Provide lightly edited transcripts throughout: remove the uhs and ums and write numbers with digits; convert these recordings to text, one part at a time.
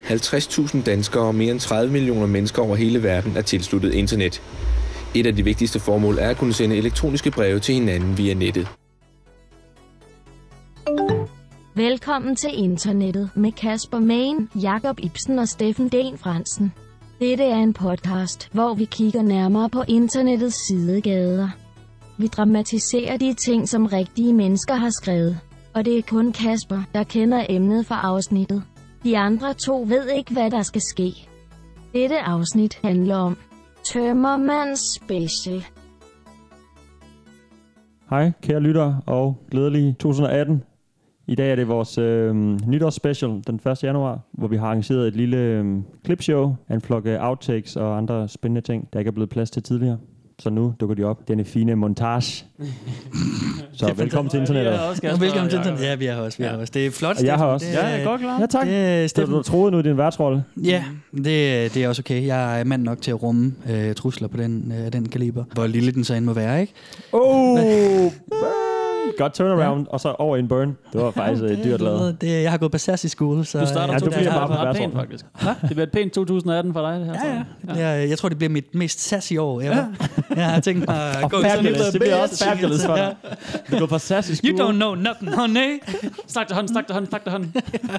50.000 danskere og mere end 30 millioner mennesker over hele verden er tilsluttet internet. Et af de vigtigste formål er at kunne sende elektroniske breve til hinanden via nettet. Velkommen til internettet med Kasper Main, Jakob Ibsen og Steffen Den Fransen. Dette er en podcast, hvor vi kigger nærmere på internettets sidegader. Vi dramatiserer de ting, som rigtige mennesker har skrevet. Og det er kun Kasper, der kender emnet for afsnittet. De andre to ved ikke, hvad der skal ske. Dette afsnit handler om Tømmermand Special. Hej kære lyttere og glædelig 2018. I dag er det vores nytårsspecial den 1. januar, hvor vi har arrangeret et lille clipshow af en flok outtakes og andre spændende ting, der ikke er blevet plads til tidligere. Så nu dukker de op. Denne fine montage. Så velkommen til internettet. Velkommen til internettet. Ja, vi er her også. Det er flot. Jeg har også. Ja, jeg er godt klar. Ja, tak. Du troede nu i din værtsrolle. Ja, det er også okay. Jeg er mand nok til at rumme trusler på den kaliber. Hvor lille den så end må være, ikke? Godt turnaround, og så over en burn. Det var faktisk dyrt lavet. Jeg har gået på SAS i skole, så... Du starter 2018 ret pænt, faktisk. Det bliver et pænt 2018 for dig, det her. Ja. Jeg tror, det bliver mit mest SAS i år ever. Jeg har tænkt mig at gå sådan lidt... Det bliver også fabulous for dig. Du går på SAS i skole. You don't know nothing, honey. Snak til hånd.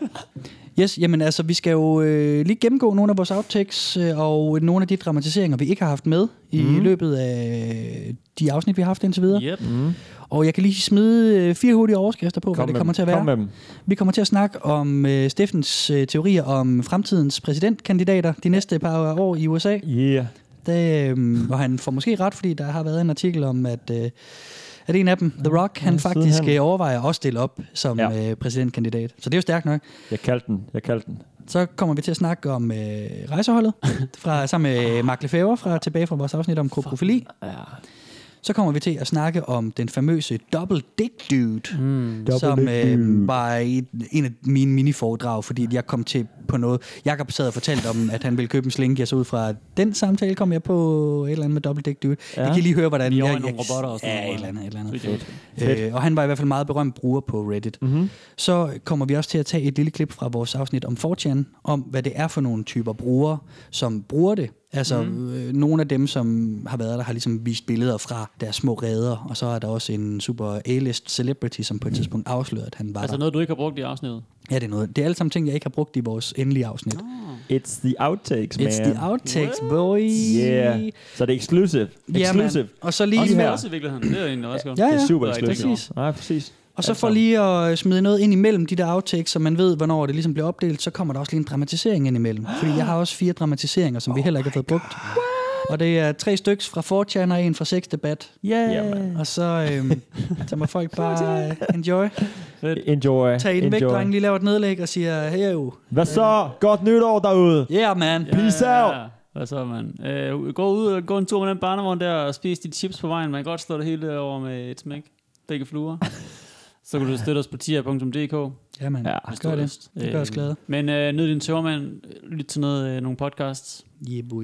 Yes, jamen altså, vi skal jo lige gennemgå nogle af vores outtakes og nogle af de dramatiseringer, vi ikke har haft med i løbet af de afsnit, vi har haft indtil videre. Yep. Og jeg kan lige smide 4 hurtige overskrifter på, hvad det kommer til at være. Kom med dem. Vi kommer til at snakke om Steffens teorier om fremtidens præsidentkandidater de næste par år i USA. Yeah. Hvor han får måske ret, fordi der har været en artikel om, at en af dem, The Rock, han faktisk overvejer at stille op som præsidentkandidat. Så det er jo stærkt nok. Jeg kaldte den. Så kommer vi til at snakke om rejseholdet, sammen med Mark Lefebvre tilbage fra vores afsnit om koprofili. Ja. Så kommer vi til at snakke om den famøse Double Dick Dude, som var en af mine mini-foredrag, fordi jeg kom til på noget. Jakob sad og fortalte om, at han ville købe en slinke, og så ud fra den samtale kom jeg på et eller andet med Double Dick Dude. Ja. Jeg kan lige høre, hvordan... Vi over nogle robotter og sådan noget. Et eller andet. Fedt. Og han var i hvert fald meget berømt bruger på Reddit. Mm-hmm. Så kommer vi også til at tage et lille klip fra vores afsnit om 4chan, om hvad det er for nogle typer brugere, som bruger det. Altså, nogle af dem, som har været der, har ligesom vist billeder fra deres små reder, og så er der også en super A-list celebrity, som på et tidspunkt afslører, at han var altså der. Noget, du ikke har brugt i afsnittet? Ja, det er noget. Det er alle sammen ting, jeg ikke har brugt i vores endelige afsnit. It's the outtakes, man. It's the outtakes, boy. Yeah. Så det er exclusive. Og så lige også her. Også i virkeligheden. Det er egentlig også godt. Ja. Det er super exclusive. Præcis. Nej, præcis. Og så for lige at smide noget ind imellem de der outtakes, så man ved, hvornår det ligesom bliver opdelt, så kommer der også lige en dramatisering ind imellem. Fordi jeg har også 4 dramatiseringer, som vi heller ikke har fået brugt. Og det er 3 styks fra 4chan og en fra Sexdebat. Yeah. Og så må folk bare enjoy. Tag den væk, drenge. Lige laver et nedlæg og siger, hey jo. Hvad så? Godt nytår derude. Yeah, man. Peace out. Hvad så, man? Gå en tur med den barnevogn der og spise de chips på vejen. Man kan godt slå det hele over med et smæk. Begge fluer. Så kan du støtte os på tier.dk. Ja, man. Gør det. Det gør os glade. Men nyd din tømmermand. Lyt til nogle podcasts. Yeah, boy.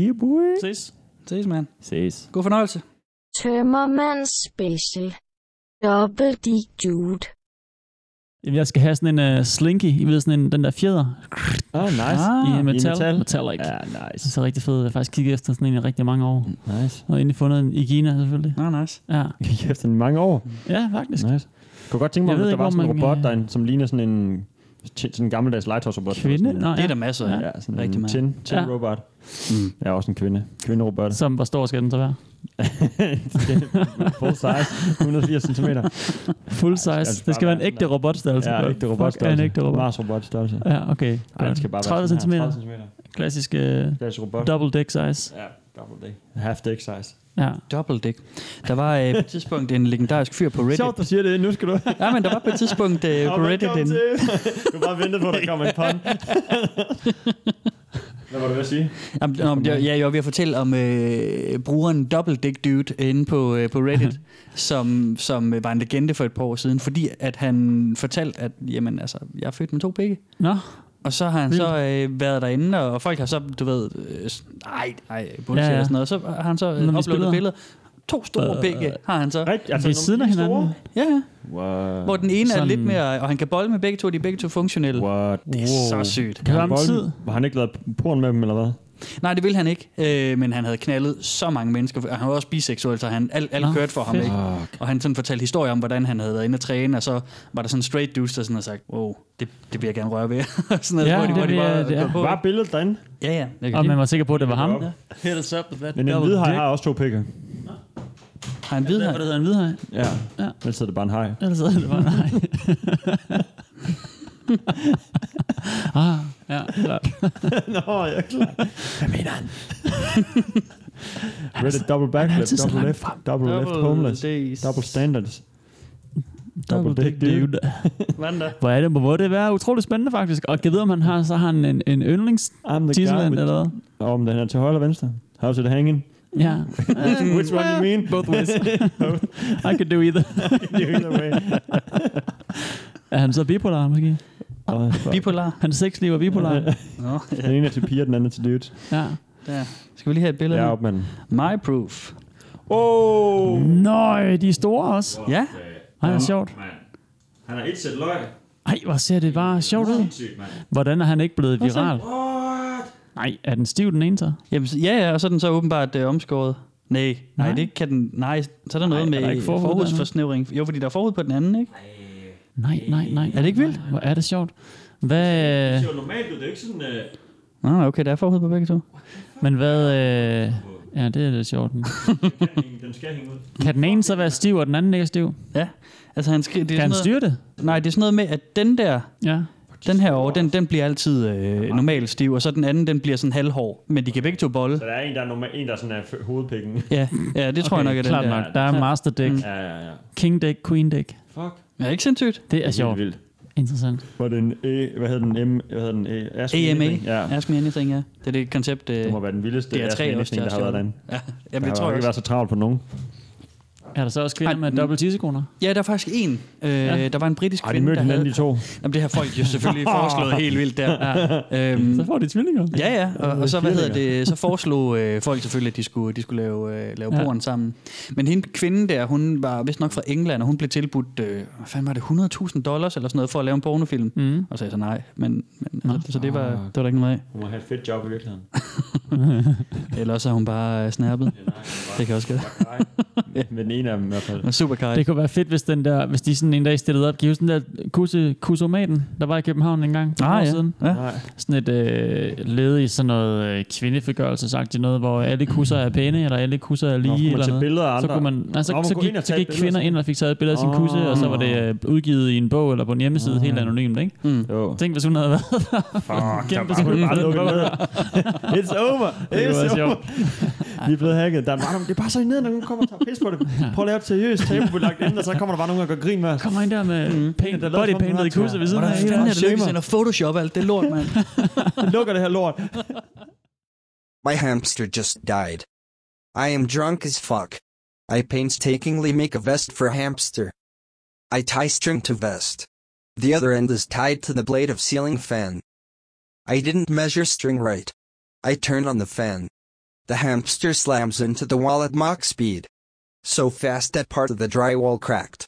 Ses, man. Ses. God fornøjelse. Tømmermand Special. Double Dick Dude. Jeg skal have sådan en slinky. I ved sådan den der fjeder. Nice. I metal. Metallic. Ja, nice. Det er så rigtig fedt. Jeg har faktisk kigget efter sådan en i rigtig mange år. Nice. Og endelig fundet en i Kina, selvfølgelig. Nice. Ja. Kigget efter mange år. Ja, faktisk. Nice. Jeg kunne godt tænke mig, at der var sådan en robot, som ligner sådan en gammeldags legetøjsrobot. Kvinde? Nå, det er der masser af. Ja, sådan rigtig en tin-robot. Jeg er også en kvinderobot. Som, hvor stor skal den så være? Full size, 180 cm. Full size. Det skal være en ægte robotstørrelse. Ja, ægte robotstørrelse. En ægte robot. Mars robotstørrelse. Ja, okay. Ej, den skal bare 30 være cm. 30 cm. Klassisk robot. Double dick size. Ja, double dick. Half dick size. Ja. Double dick. Der var på et tidspunkt en legendarisk fyr på Reddit. Sjovt, du siger det. Nu skal du... Ja, men der var på et tidspunkt på Reddit en... Du bare vente på, at der kommer en pun. Hvad var du ved at sige? Jeg vil fortælle om brugeren Double Dick Dude inde på Reddit, som var en legende for et par år siden, fordi at han fortalte, at jamen, altså, jeg er født med 2 pikke. Nå. Og så har han så været derinde, og folk har så, du ved, bullshit og sådan noget, og så har han så uploadet billeder. 2 store bække har han så. Rigtigt, Altså, ved siden af hinanden. Ja, What? hvor den ene er Sådan- lidt mere, og han kan bolle med begge to, de er begge to funktionelle. What? Det er så sygt. På samme tid. Var han ikke lavet porn med dem, eller hvad? Nej, det ville han ikke, men han havde knaldet så mange mennesker. Han var også biseksuel, så han alt Nå, kørte for ham, fedt. ikke? Og han sådan fortalte historier om, hvordan han havde været inde og træne, og så var der sådan en straight dude, der sådan havde sagt, wow, det vil jeg gerne røre ved. sådan noget, Ja, hvor de det vil jeg- bare ja. på. Var billedet derinde? Ja. Og man var sikker på, at det var ham. Ja. Hit us up with that Men en double hvidhaj dick. har også 2 pikke. Har han videre? Hvad det hedder, en hvidhaj? Ja. Ja. Ellers er det bare en haj. Ellers er det bare nej. Ja, klart. Nå, jeg er klar. Hvad mener han? Reddit double backflip, altid så double langt left, frem. double left homeless, days. double standards. Double dick dude. Hvordan da? Hvor er det, må det være utroligt spændende faktisk. Og kan vide, om han har, så har han en yndlings I'm the guy tisseland with... eller hvad? Og om den er til højre eller venstre. How's it hanging? Ja. Which one you mean? Both ways. I could do either. Either way. Er han så bipolar, måske? Bipolar. Hans sexliv er bipolar. Nå, Den ene er til piger, den anden er til dudes. Ja. der. Skal vi lige have et billede? Ja, Ja, op, mand. My proof. Oh! Nøj, de er store også. Ja. Ej, hvor sjovt. Han har et sæt løg. Ej, hvor ser det bare sjovt ud. Hvordan er han ikke blevet viral? Nej, er den stiv den ene så? Jamen, ja, og så er den så åbenbart omskåret. Nej, det kan den. Nej, så er der noget er der med ikke forhud forhudsforsnævring. Jo, fordi der er forhud på den anden, ikke? Nej. Er det ikke vildt? Hvor er det sjovt. Hvad... Det ser jo normalt ud, det er ikke sådan... Nå, okay, der er forhud på begge to. Men hvad... Ja, det er lidt sjovt. Den skal hænge ud. Kan den ene så være stiv, og den anden ikke er stiv? Ja, altså han skriver... Kan han styre det? Nej, det er sådan noget med, at den der... Ja. Den her over, den bliver altid normalt stiv, og så den anden, den bliver sådan halvhård. Men de kan begge to bolle. Så der er en, der er, en, der sådan er hovedpikken. Ja, det tror jeg nok er den klart der. nok. Der er master dick, Ja. king dick, queen dick. Fuck. Ja, ikke sindssygt? Det er sjovt. Vildt. Interessant. Hvor den hvad hedder den? Hvad hedder den? Ask Me AMA, Anything. Ja. Ask Me Anything, ja. Det er det koncept, Det må være den vildeste det er Ask Me 3 Anything, også, der har været derinde. Ja, Der jamen, det har tror jo jeg ikke været også. så travlt på nogen. Er der så også kvinder med dobbelt tissekroner? Ja, der er faktisk en. Der var en britisk Har de kvinde, mødt der hinanden, havde... de to? Jamen, det har folk jo selvfølgelig foreslået helt vildt der. Så får de tvillinger. Ja, og så, så foreslog folk selvfølgelig, at de skulle lave porn sammen. Men hende kvinde der, hun var vist nok fra England, og hun blev tilbudt, hvad fanden var det, $100,000 eller sådan noget, for at lave en pornofilm. Mm. Og så sagde jeg så nej, men så det var der ikke noget af. Hun må have et fedt job i virkeligheden. Eller også er hun bare snappet. Det kan også gøre. Med den ene af dem i hvert fald. Super kaj. Det kunne være fedt, hvis de sådan en dag stillede op. Giv sådan der kusomaten, der var i København en gang for år siden. Ja. Sådan et led i sådan noget kvindefrigørelsesagtigt noget, hvor alle kusser er pæne, eller alle kusser er lige, eller noget. Billeder af andre. Så kunne man, så gik kvinder ind og fik taget et billede af sin kusse, og så var det udgivet i en bog eller på en hjemmeside, helt anonymt, ikke? Jo. Tænk, hvis hun havde været Fuck, gemt der det bare sådan. lukket ned. It's over. Det kunne være It's over. sjovt. Vi er blevet hacket. Der er bare, det er bare så ned, når nogen kommer og tager pis på det. Prøv at lave et seriøst tabubelagt emne, og så kommer der bare nogen, der gør grin med os. Kommer ind der med paint, der body lavet painted i kusse ved siden af. Hvordan er det shamer. lykkes at Photoshop alt det lort, mand? Det lukker det her lort. My hamster just died. I am drunk as fuck. I painstakingly make a vest for hamster. I tie string to vest. The other end is tied to the blade of ceiling fan. I didn't measure string right. I turn on the fan. The hamster slams into the wall at Mach speed. So fast that part of the drywall cracked.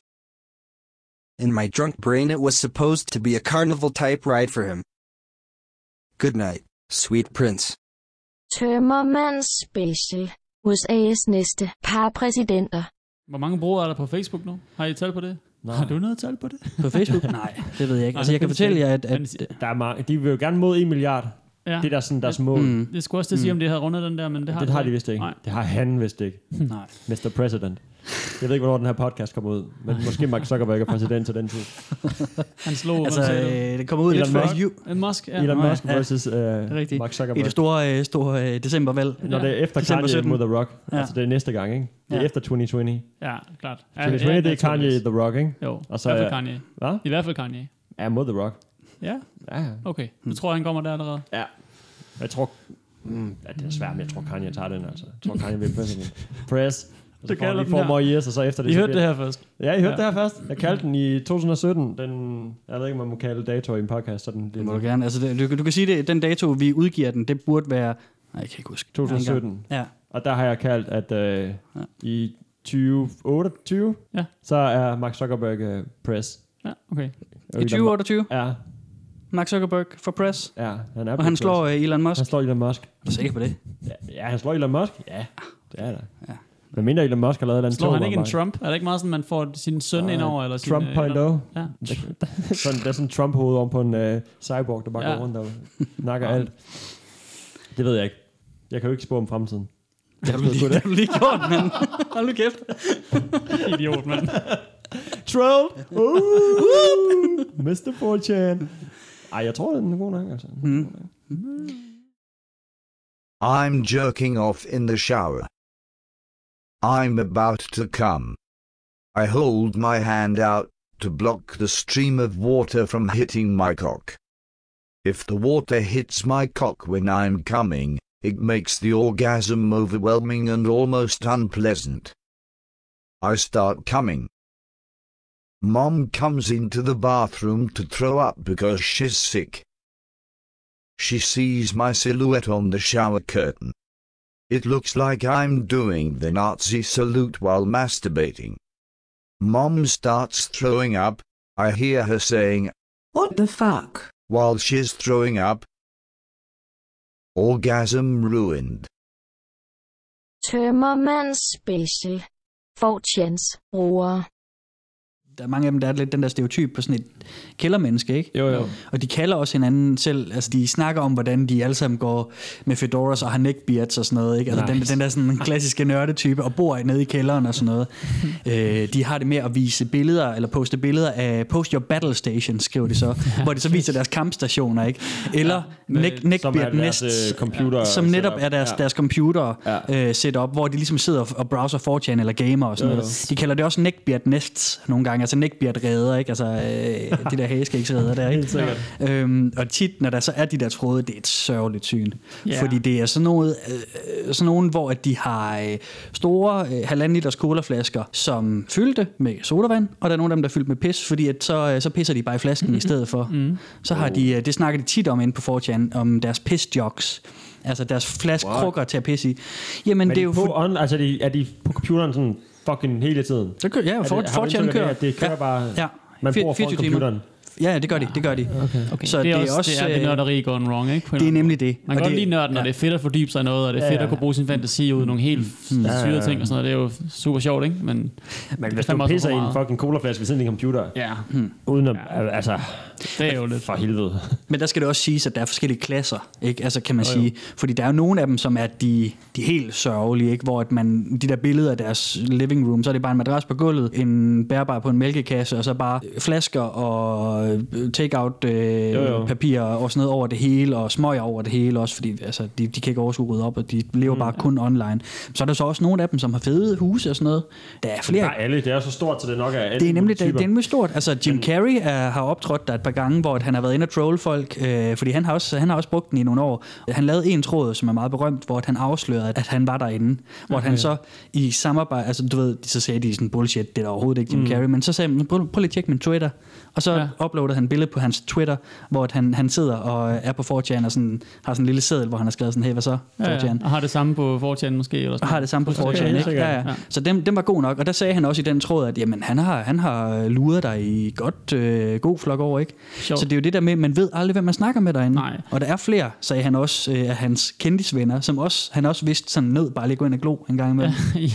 In my drunk brain it was supposed to be a carnival type ride for him. Good night, sweet prince. Tømmermand Special. USA's næste par præsidenter. Hvor mange brugere er der på Facebook nu? Har I tal på det? Nej. Har du noget tal på det? På Facebook? Nej, det ved jeg ikke. Altså, jeg kan fortælle jer, at Der er mange, de vil jo gerne mod 1 milliard. Ja. Det er der sådan deres mål. Det skulle også til at sige, om det havde rundet den der, men det har Det har de vist ikke. Nej. Det har han vist ikke. nej. Mr. President. Jeg ved ikke, hvornår den her podcast kommer ud, men måske Mark Zuckerberg er præsident til den tid. Han slog, Altså, det kommer ud Elon lidt før Musk. Musk, ja. Elon Musk Ja. versus Rigtigt. Mark I Zuckerberg. det store decembervalg. Når det er efter December Kanye 17. mod The Rock. Ja. Altså det er næste gang, ikke? Det er Ja. efter 2020. Ja, klart. 2020, det er Kanye naturligvis. The Rock, ikke? Jo, Og så i hvert fald er- Kanye. Hvad? I hvert fald Kanye. Ja, mod The Rock. Ja, Ja, okay. Du tror, han kommer der allerede? ja. Jeg tror... ja, det er svært, men jeg tror, Kanye tager den, altså. Jeg tror, Kanye vil president. Press. Og så Du får han kalder lige den 4 her. more years, og så efter det... I så hørte det bliver- her først. Ja, I hørte det her først. Jeg kaldte den i 2017. Jeg ved ikke, om man må kalde dato i en podcast. Sådan Det må du gerne. Altså, du kan sige det, den dato, vi udgiver den, det burde være... Nej, jeg kan ikke huske. 2017. Ja. Og der har jeg kaldt, at i 2028, Ja. så er Mark Zuckerberg press. Ja, okay. I 2028? Ja. Mark Zuckerberg for press? Ja, han er og han slår Elon Musk? Han slår Elon Musk. Er du sikker på det? Ja, han slår Elon Musk? Ja, det er der. Ja. Men mindre Elon Musk har lavet et slår han ikke en Trump? Er det ikke meget sådan, man får sin søn indover? Eller Trump sin, 0.0. Ja. Der er sådan en Trump-hoved om på en cyborg, der bare går rundt og nakker alt. Det ved jeg ikke. Jeg kan jo ikke spå om fremtiden. Det har du lige gjort, mand. Hold nu kæft. Idiot, mand. Troll! Mr. 4chan. Ej, jeg tror, den er god nok, altså. I'm jerking off in the shower. I'm about to come. I hold my hand out to block the stream of water from hitting my cock. If the water hits my cock when I'm coming, it makes the orgasm overwhelming and almost unpleasant. I start coming. Mom comes into the bathroom to throw up because she's sick. She sees my silhouette on the shower curtain. It looks like I'm doing the Nazi salute while masturbating. Mom starts throwing up. I hear her saying, "What the fuck?" while she's throwing up. Orgasm ruined. Tømmermand special. 4chans brugere. Der er mange af dem, der er lidt den der stereotyp på sådan et kældermenneske, ikke? Jo. Og de kalder også hinanden selv, altså de snakker om, hvordan de alle sammen går med fedoras og har neckbeards og sådan noget, ikke? Altså den der sådan klassiske nørdetype og bor nede i kælderen og sådan noget. De har det med at vise billeder, eller poste billeder af Post Your Battle Station, skriver de så, hvor de så viser deres kampstationer, ikke? Eller neckbeard nests, som netop er deres computer setup, hvor de ligesom sidder og browser 4chan eller gamer og sådan noget. De kalder det også neckbeard nests nogle gange, altså neckbeard-redder, ikke? Altså de der hæskægsredder der, ikke? Og tit, når der så er de der tråde, det er et sørgeligt syn. Yeah. Fordi det er sådan nogen, hvor at de har store 1,5 liters colaflasker, som fyldte med sodavand, og der er nogle af dem, der er fyldt med pis, fordi at så pisser de bare i flasken i stedet for. Så har de, det snakker de tit om inde på 4chan, om deres pisjogs. Altså deres flaskekrukker til at pisse i. Jamen, men det er jo er de på computeren sådan fucking hele tiden? Så kører, ja, 4chan kører. Det kører bare. Ja. Man bruger foran computeren. Ja, det gør de. Okay. Så det er også det nørderi gone wrong, ikke? Det er nemlig det. Man kan godt lide nørden, når det er fedt at fordybe sig i noget, og det er fedt at kunne bruge sin fantasi ud i nogle helt syrede ting og sådan noget. Det er jo super sjovt, ikke? Men hvis du pisser i en fucking colaflaske ved siden af en computer, uden at, altså, det er jo lidt for helvede. Men der skal det også siges, at der er forskellige klasser, ikke? Altså kan man sige, fordi der er jo nogle af dem, som er de helt sørgelige, ikke? Hvor at de der billeder af deres living room, så er det bare en madras på gulvet, en bærbar på en mælkekasse, og så bare flasker og take-out papir og sådan noget over det hele, og smøger over det hele også, fordi altså, de kan ikke overskue rydde op, og de lever bare kun online. Så er der så også nogle af dem, som har fede huse og sådan noget. Der er flere. Der er alle, det er så stort, så det nok er alle. Det er nemlig stort. Altså Jim Carrey har optrådt der et par gange, hvor han har været inde og trolle folk, fordi han har også brugt den i nogle år. Han lavede en tråd, som er meget berømt, hvor han afslørede, at han var derinde. Hvor han så i samarbejde, altså du ved, så sagde de sådan bullshit, det er overhovedet ikke Jim Carrey, men så sagde han, prøv lige at tjekke min Twitter. Og så uploadede han et billede på hans Twitter, hvor han sidder og er på 4chan og sådan, har sådan en lille seddel, hvor han har skrevet sådan, hey, hvad så? 4chan. Og har det samme på 4chan måske? Eller sådan. Og har det samme på 4chan, ikke? Ja. Så den var god nok, og der sagde han også i den tråd, at jamen, han har luret dig i god flok over, ikke? Sjovt. Så det er jo det der med, man ved aldrig, hvem man snakker med derinde. Nej. Og der er flere, sagde han også, af hans kendisvenner, som han også vidste sådan ned, bare lige gå ind og glo en gang imellem.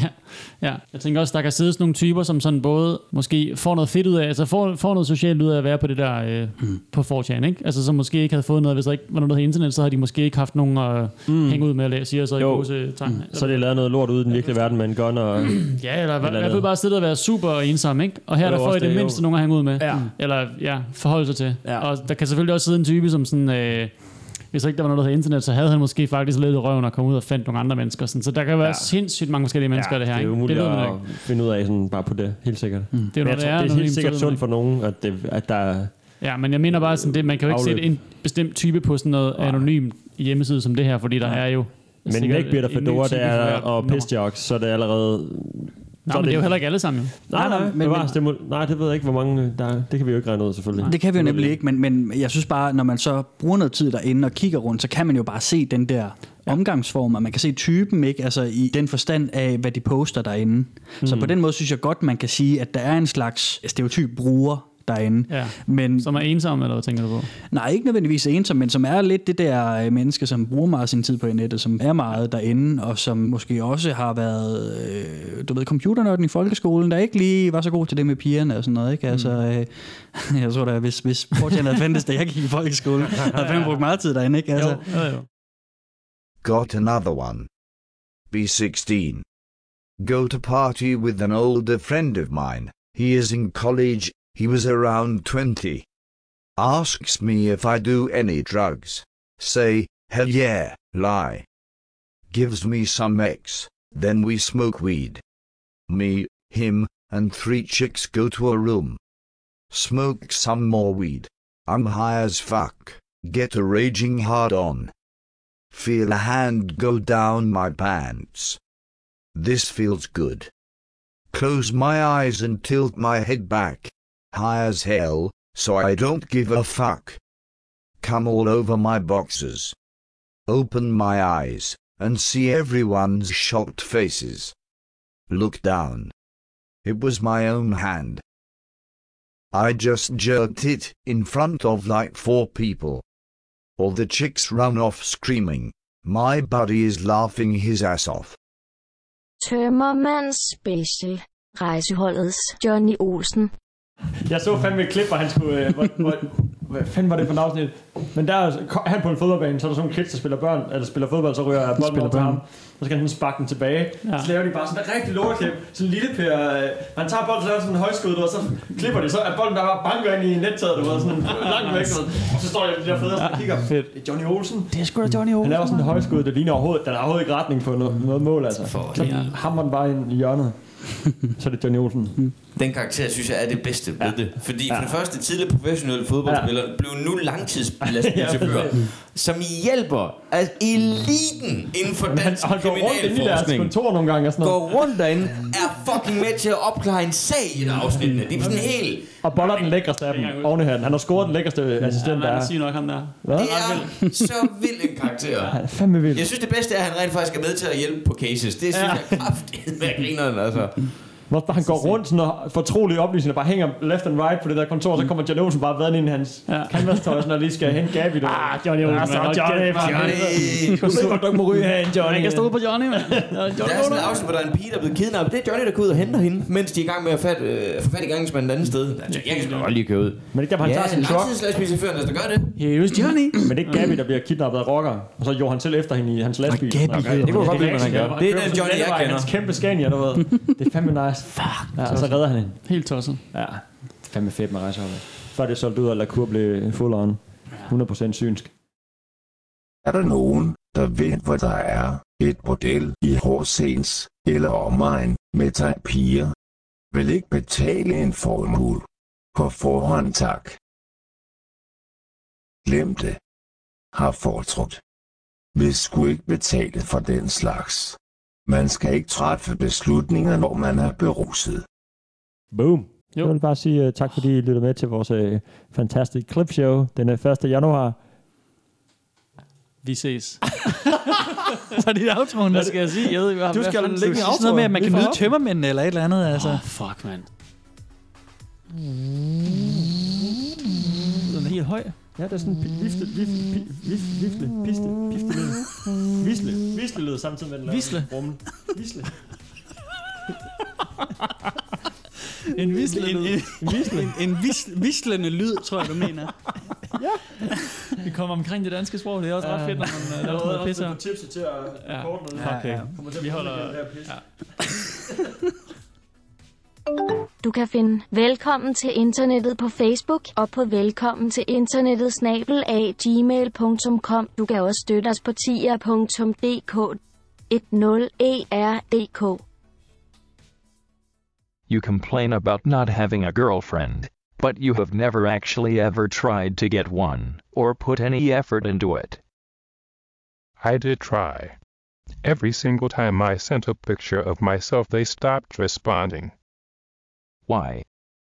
Ja. Jeg tænker også, der kan sidde sådan nogle typer, som sådan både måske får noget fedt ud af, altså får noget socialt ud af at være på det der på 4chan, ikke? Altså som måske ikke havde fået noget, hvis der ikke var noget internet, så har de måske ikke haft nogen at hænge ud med at læse, og så i gåsetegn. Så er det lavet noget lort ude i den virkelige verden med en gun og... Ja, eller i hvert fald bare sidde og være super ensom, ikke? Og her der får I det mindste nogen at hænge ud med. Ja. Eller forholde sig til. Ja. Og der kan selvfølgelig også sidde en type, som sådan... hvis ikke der var noget, der hedder internet, så havde han måske faktisk lidt i røven og komme ud og fandt nogle andre mennesker. Sådan. Så der kan være sindssygt mange forskellige mennesker det her. Det er umuligt at finde ud af sådan, bare på det, helt sikkert. Det er, det er helt sikkert sundt for nogen, at der... Ja, men jeg mener bare sådan, man kan jo ikke sætte en bestemt type på sådan noget anonym hjemmeside som det her, fordi der er jo... Men neckbeard og fedora, og pissjokes, så er det allerede Nej, men det er jo heller ikke alle sammen. Jo. Nej, det ved jeg ikke, hvor mange der. Det kan vi jo ikke regne ud, selvfølgelig. Det kan vi jo nemlig ikke, men jeg synes bare, når man så bruger noget tid derinde og kigger rundt, så kan man jo bare se den der omgangsform, og man kan se typen, ikke? Altså i den forstand af, hvad de poster derinde. Så på den måde synes jeg godt, man kan sige, at der er en slags stereotyp bruger derinde. Ja. Men, som er ensom, eller hvad tænker du på? Nej, ikke nødvendigvis ensom, men som er lidt det der menneske, som bruger meget sin tid på nettet, som er meget derinde, og som måske også har været, computernørden i folkeskolen, der ikke lige var så god til det med pigerne og sådan noget, ikke? Altså, jeg tror da, hvis Fortune havde fandtes, da jeg gik i folkeskolen, havde fandme brugt meget tid derinde, ikke? Altså. Jo. Got another one. B16. Go to party with an older friend of mine. He is in college. He was around 20. Asks me if I do any drugs. Say, hell yeah, lie. Gives me some X. Then we smoke weed. Me, him, and 3 chicks go to a room. Smoke some more weed. I'm high as fuck. Get a raging hard on. Feel a hand go down my pants. This feels good. Close my eyes and tilt my head back. High as hell, so I don't give a fuck. Come all over my boxes. Open my eyes, and see everyone's shocked faces. Look down. It was my own hand. I just jerked it in front of like 4 people. All the chicks run off screaming. My buddy is laughing his ass off. Tømmermand Special. Rejseholdets Johnny Olsen. Jeg så fandme et klip, hvor han skulle... hvad fanden var det for en afsnit? Men der er han på en fodboldbane, så er der sådan en kids, der spiller fodbold, så ryger bolden over til ham. Så skal han sparke den tilbage. Ja. Så laver de bare sådan en rigtig lorteklip. Sådan en lille per... Han tager bolden, så laver sådan en højskud, og så klipper de, så er bolden der bare banker ind i nettaget, du ved, sådan langt væk. Og så står de der fede og kigger. Fedt. Det er Johnny Olsen. Det er sgu da Johnny Olsen. Han laver sådan en højskud, det ligner overhovedet, den er overhovedet ikke retning på noget mål, altså. Så hammer den bare ind i hjørnet. Så er det Johnny Olsen. Den karakter, synes jeg, er det bedste ved det. Fordi for det første, tidligere professionelle fodboldspillere blev nu langtidslastbilchauffør, som hjælper eliten inden for dansk kriminalforskning. Kontor nogle gange og sådan noget. Går rundt derinde, er fucking med til at opklare en sag i et afsnit. Det er sådan helt... Og boller den lækreste af dem oven i hatten. Han har scoret den lækreste assistent, der er. Han siger nok ham der. Det er så vild en karakter. Han er fandme vild. Jeg synes, det bedste er, at han rent faktisk er med til at hjælpe på cases. Det synes jeg kraftigt med grineren, altså. Hvor han går rundt sådan og fortrolige oplysninger, bare hænger left and right på det der kontor, så kommer Johnny Olsen bare vadende ind i hans canvas-tøj, og lige skal hente Gabi. Johnny Olsen. Johnny! Du ved, du ikke må ryge herinde, Johnny. Man kan stå på Johnny, mand. Der er sådan en afsnit, hvor der er en pige, der er blevet kidnappet. Det er Johnny, der går ud og henter hende, mens de er i gang med at få fat i gerningsmanden et andet sted. Jeg kan godt lige køre ud. Men det kan han tager sin truck. Langtidslastbilchaufføren, der gør det. Here's Johnny. Men det er Gabi, der bliver kidnappet af rockere. Og så gjorde han selv efter hende i hans lastbil. Det kunne godt blive, han gør. Det er den Johnny, jeg kender. Hans kæmpe Scania, du ved. Det er fandme nice. Fuck. Og så redder han hende. Helt tosset. Ja, det er fandme fedt med rejseholdet. Før det solgt ud, og Lacour blev full on. 100% synsk. Er der nogen, der ved, hvor der er et bordel i Horsens eller omegn med terapier? Vil ikke betale en formue på forhånd, tak. Glem det. Har fortrudt. Vi skulle ikke betale for den slags. Man skal ikke træffe beslutninger, når man er beruset. Boom. Jeg vil bare sige tak, fordi I lyttede med til vores fantastiske clipshow den 1. januar. Vi ses. Så er det outroen. Hvad skal jeg sige? Jeg ved ikke, du skal lægge en outro. Sådan noget med, at man kan nyde tømmermændene eller et eller andet. Altså. Fuck, man. Den er helt høj. Ja, det er sådan en visle-lyd samtidig med den visle. Visle. En vislende lyd, tror jeg, du mener. Ja. Vi kommer omkring det danske sprog. Det er også ret fedt, når man laver noget pisser. Jeg tipset til at korte noget. Okay. Vi holder... Du kan finde Velkommen til internettet på Facebook og på velkommen til internettet @gmail.com. Du kan også støtte os på tier.dk 10ERDK. You complain about not having a girlfriend, but you have never actually ever tried to get one, or put any effort into it. I did try. Every single time I sent a picture of myself, they stopped responding. Why?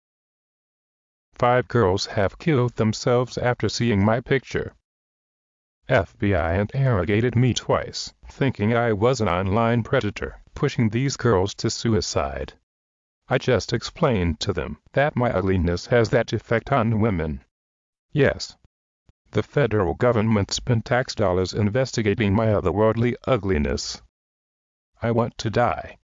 5 girls have killed themselves after seeing my picture. FBI interrogated me twice, thinking I was an online predator, pushing these girls to suicide. I just explained to them that my ugliness has that effect on women. Yes. The federal government spent tax dollars investigating my otherworldly ugliness. I want to die.